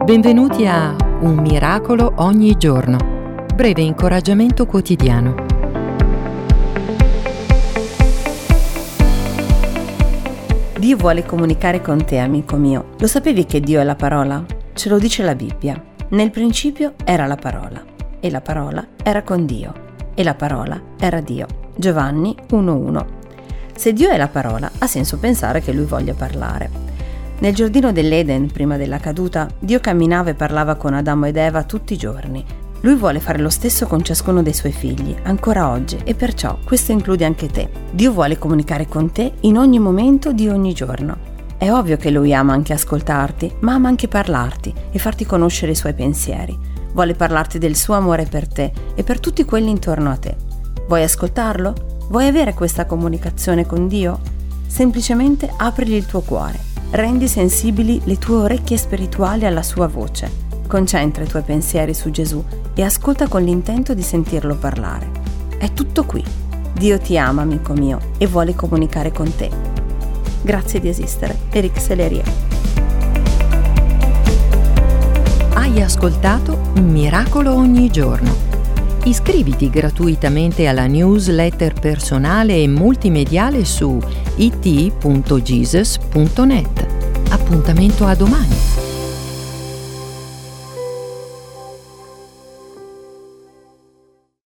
Benvenuti a Un miracolo ogni giorno. Breve incoraggiamento quotidiano. Dio vuole comunicare con te, amico mio. Lo sapevi che Dio è la parola? Ce lo dice la Bibbia. Nel principio era la parola, e la parola era con Dio, e la parola era Dio. Giovanni 1:1. Se Dio è la parola, ha senso pensare che Lui voglia parlare. Nel giardino dell'Eden, prima della caduta, Dio camminava e parlava con Adamo ed Eva tutti i giorni. Lui vuole fare lo stesso con ciascuno dei suoi figli, ancora oggi, e perciò questo include anche te. Dio vuole comunicare con te in ogni momento di ogni giorno. È ovvio che Lui ama anche ascoltarti, ma ama anche parlarti e farti conoscere i suoi pensieri. Vuole parlarti del suo amore per te e per tutti quelli intorno a te. Vuoi ascoltarlo? Vuoi avere questa comunicazione con Dio? Semplicemente aprigli il tuo cuore. Rendi sensibili le tue orecchie spirituali alla sua voce. Concentra i tuoi pensieri su Gesù e ascolta con l'intento di sentirlo parlare. È tutto qui. Dio ti ama, amico mio, e vuole comunicare con te. Grazie di esistere. Eric Sellerie. Hai ascoltato Un miracolo ogni giorno. Iscriviti gratuitamente alla newsletter personale e multimediale su it.jesus.net. Appuntamento a domani.